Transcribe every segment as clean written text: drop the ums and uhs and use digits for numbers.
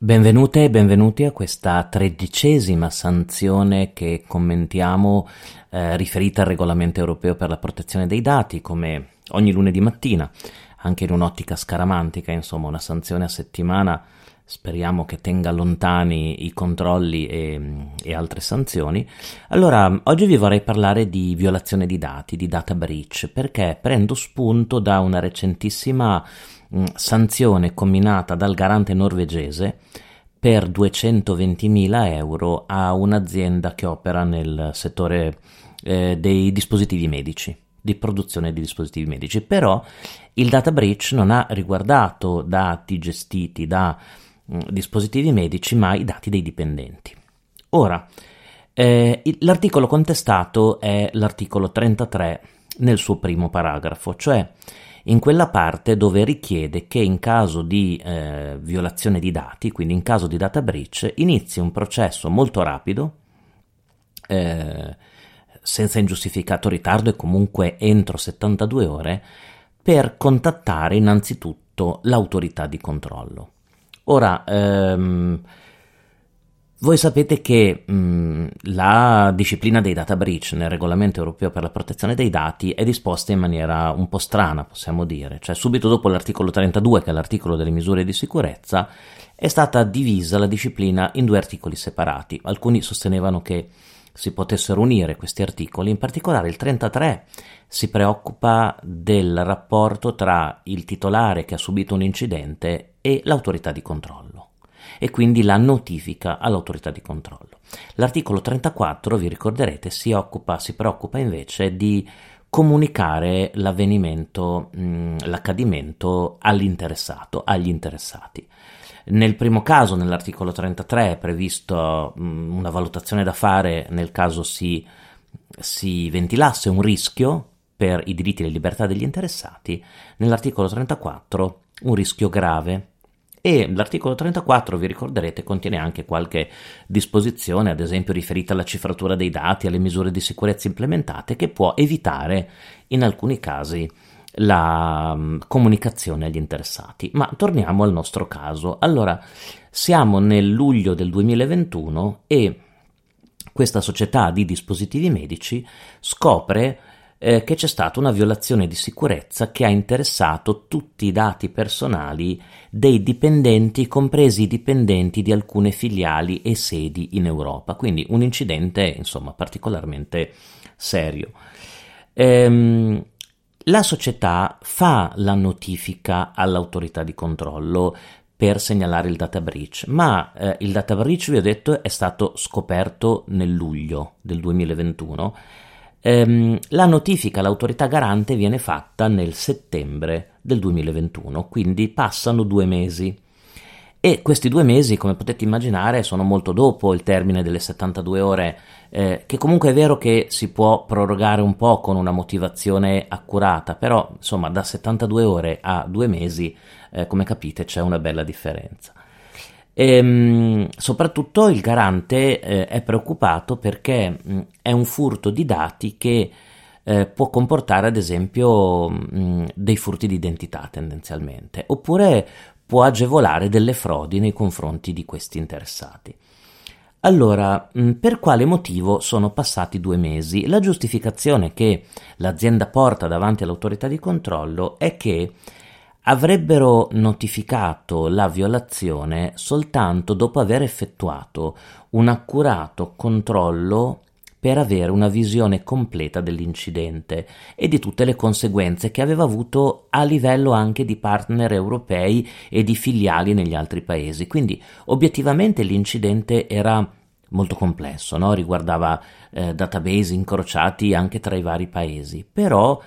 Benvenute e benvenuti a questa 13ª sanzione che commentiamo riferita al regolamento europeo per la protezione dei dati, come ogni lunedì mattina, anche in un'ottica scaramantica, insomma una sanzione a settimana, speriamo che tenga lontani i controlli e altre sanzioni. Allora, oggi vi vorrei parlare di violazione di dati, di data breach, perché prendo spunto da una recentissima sanzione comminata dal garante norvegese per 220.000 euro a un'azienda che opera nel settore dei dispositivi medici, di produzione di dispositivi medici. Però il data breach non ha riguardato dati gestiti da dispositivi medici, ma i dati dei dipendenti. Ora, l'articolo contestato è l'articolo 33 nel suo primo paragrafo, cioè in quella parte dove richiede che in caso di violazione di dati, quindi in caso di data breach, inizi un processo molto rapido, senza ingiustificato ritardo e comunque entro 72 ore, per contattare innanzitutto l'autorità di controllo. Ora, voi sapete che la disciplina dei data breach nel regolamento europeo per la protezione dei dati è disposta in maniera un po' strana, possiamo dire. Cioè, subito dopo l'articolo 32, che è l'articolo delle misure di sicurezza, è stata divisa la disciplina in due articoli separati. Alcuni sostenevano che si potessero unire questi articoli, in particolare il 33 si preoccupa del rapporto tra il titolare che ha subito un incidente e l'autorità di controllo, e quindi la notifica all'autorità di controllo. L'articolo 34, vi ricorderete, si preoccupa invece di comunicare l'avvenimento, l'accadimento all'interessato, agli interessati. Nel primo caso, nell'articolo 33, è previsto una valutazione da fare nel caso si ventilasse un rischio per i diritti e le libertà degli interessati. Nell'articolo 34 un rischio grave. E l'articolo 34, vi ricorderete, contiene anche qualche disposizione, ad esempio riferita alla cifratura dei dati, alle misure di sicurezza implementate, che può evitare in alcuni casi la comunicazione agli interessati. Ma torniamo al nostro caso. Allora, siamo nel luglio del 2021 e questa società di dispositivi medici scopre che c'è stata una violazione di sicurezza che ha interessato tutti i dati personali dei dipendenti, compresi i dipendenti di alcune filiali e sedi in Europa. Quindi un incidente, insomma, particolarmente serio. La società fa la notifica all'autorità di controllo per segnalare il data breach, ma il data breach, vi ho detto, è stato scoperto nel luglio del 2021. La notifica all'autorità garante viene fatta nel settembre del 2021, quindi passano 2 mesi. E questi 2 mesi, come potete immaginare, sono molto dopo il termine delle 72 ore, che comunque è vero che si può prorogare un po' con una motivazione accurata, però insomma da 72 ore a 2 mesi, come capite, c'è una bella differenza. Soprattutto il garante è preoccupato perché è un furto di dati che può comportare ad esempio dei furti di identità tendenzialmente, oppure può agevolare delle frodi nei confronti di questi interessati. Allora, per quale motivo sono passati 2 mesi? La giustificazione che l'azienda porta davanti all'autorità di controllo è che avrebbero notificato la violazione soltanto dopo aver effettuato un accurato controllo per avere una visione completa dell'incidente e di tutte le conseguenze che aveva avuto a livello anche di partner europei e di filiali negli altri paesi. Quindi obiettivamente l'incidente era molto complesso, no? Riguardava database incrociati anche tra i vari paesi, però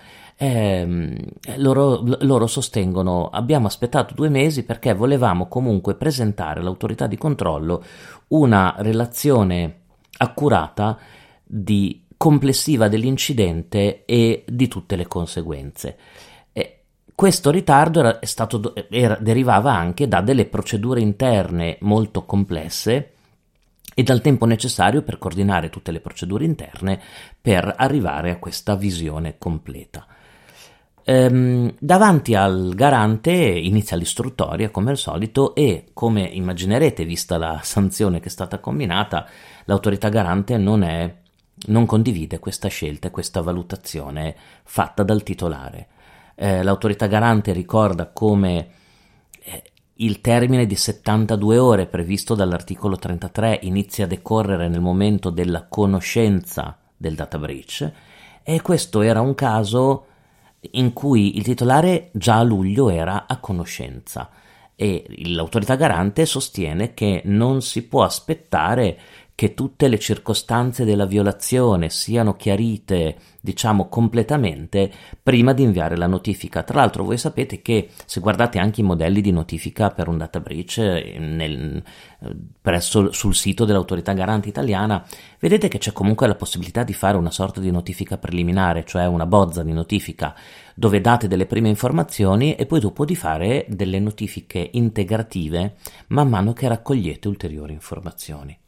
loro sostengono: abbiamo aspettato 2 mesi perché volevamo comunque presentare all'autorità di controllo una relazione accurata di complessiva dell'incidente e di tutte le conseguenze. Questo ritardo derivava anche da delle procedure interne molto complesse e dal tempo necessario per coordinare tutte le procedure interne per arrivare a questa visione completa. Davanti al garante inizia l'istruttoria come al solito e, come immaginerete, vista la sanzione che è stata comminata, l'autorità garante non condivide questa scelta e questa valutazione fatta dal titolare. L'autorità garante ricorda come il termine di 72 ore previsto dall'articolo 33 inizia a decorrere nel momento della conoscenza del data breach, e questo era un caso in cui il titolare già a luglio era a conoscenza, e l'autorità garante sostiene che non si può aspettare che tutte le circostanze della violazione siano chiarite, diciamo, completamente prima di inviare la notifica. Tra l'altro voi sapete che se guardate anche i modelli di notifica per un data breach sul sito dell'autorità garante italiana, vedete che c'è comunque la possibilità di fare una sorta di notifica preliminare, cioè una bozza di notifica dove date delle prime informazioni e poi dopo di fare delle notifiche integrative man mano che raccogliete ulteriori informazioni.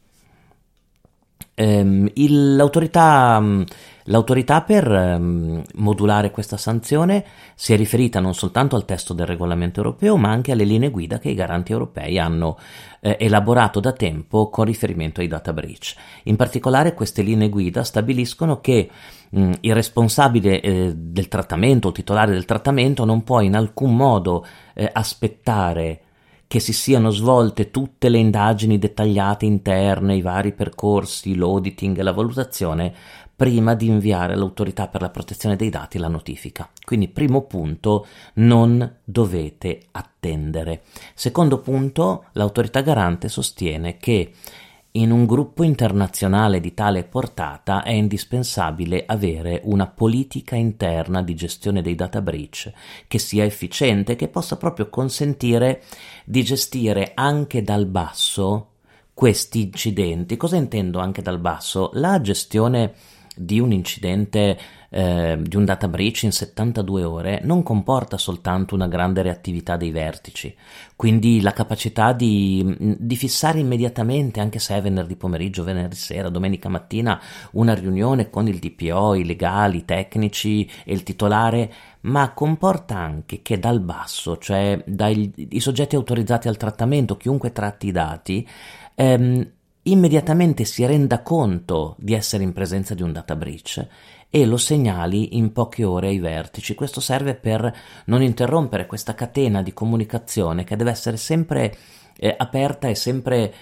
L'autorità per modulare questa sanzione si è riferita non soltanto al testo del regolamento europeo, ma anche alle linee guida che i garanti europei hanno elaborato da tempo con riferimento ai data breach. In particolare queste linee guida stabiliscono che il responsabile del trattamento, o titolare del trattamento, non può in alcun modo aspettare che si siano svolte tutte le indagini dettagliate interne, i vari percorsi, l'auditing e la valutazione prima di inviare all'autorità per la protezione dei dati la notifica. Quindi, primo punto, non dovete attendere. Secondo punto, l'autorità garante sostiene che in un gruppo internazionale di tale portata è indispensabile avere una politica interna di gestione dei data breach che sia efficiente, che possa proprio consentire di gestire anche dal basso questi incidenti. Cosa intendo anche dal basso? La gestione di un incidente, di un data breach in 72 ore non comporta soltanto una grande reattività dei vertici, quindi la capacità di fissare immediatamente, anche se è venerdì pomeriggio, venerdì sera, domenica mattina, una riunione con il DPO, i legali, i tecnici e il titolare, ma comporta anche che dal basso, cioè i soggetti autorizzati al trattamento, chiunque tratti i dati, immediatamente si renda conto di essere in presenza di un data breach e lo segnali in poche ore ai vertici. Questo serve per non interrompere questa catena di comunicazione che deve essere sempre aperta e sempre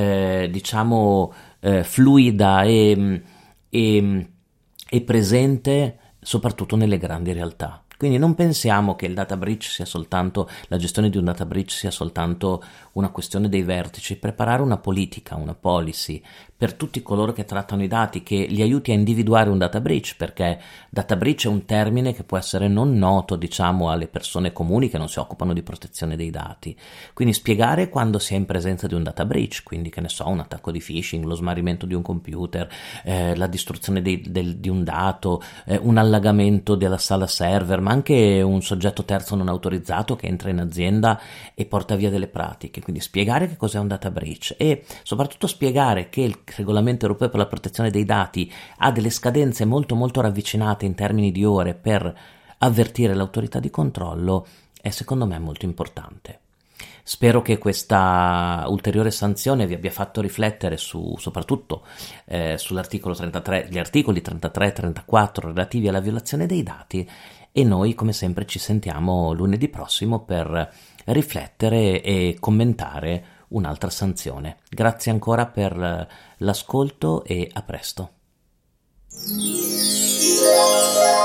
fluida e presente, soprattutto nelle grandi realtà. Quindi non pensiamo che il data breach sia soltanto, la gestione di un data breach sia soltanto una questione dei vertici. Preparare una politica, una policy per tutti coloro che trattano i dati, che li aiuti a individuare un data breach, perché data breach è un termine che può essere non noto, diciamo, alle persone comuni che non si occupano di protezione dei dati. Quindi spiegare quando si è in presenza di un data breach, quindi che ne so, un attacco di phishing, lo smarrimento di un computer, la distruzione di un dato, un allagamento della sala server, ma anche un soggetto terzo non autorizzato che entra in azienda e porta via delle pratiche. Quindi spiegare che cos'è un data breach e soprattutto spiegare che il regolamento europeo per la protezione dei dati ha delle scadenze molto molto ravvicinate in termini di ore per avvertire l'autorità di controllo è secondo me molto importante. Spero che questa ulteriore sanzione vi abbia fatto riflettere soprattutto sull'articolo 33, gli articoli 33 e 34 relativi alla violazione dei dati, e noi come sempre ci sentiamo lunedì prossimo per riflettere e commentare un'altra sanzione. Grazie ancora per l'ascolto e a presto.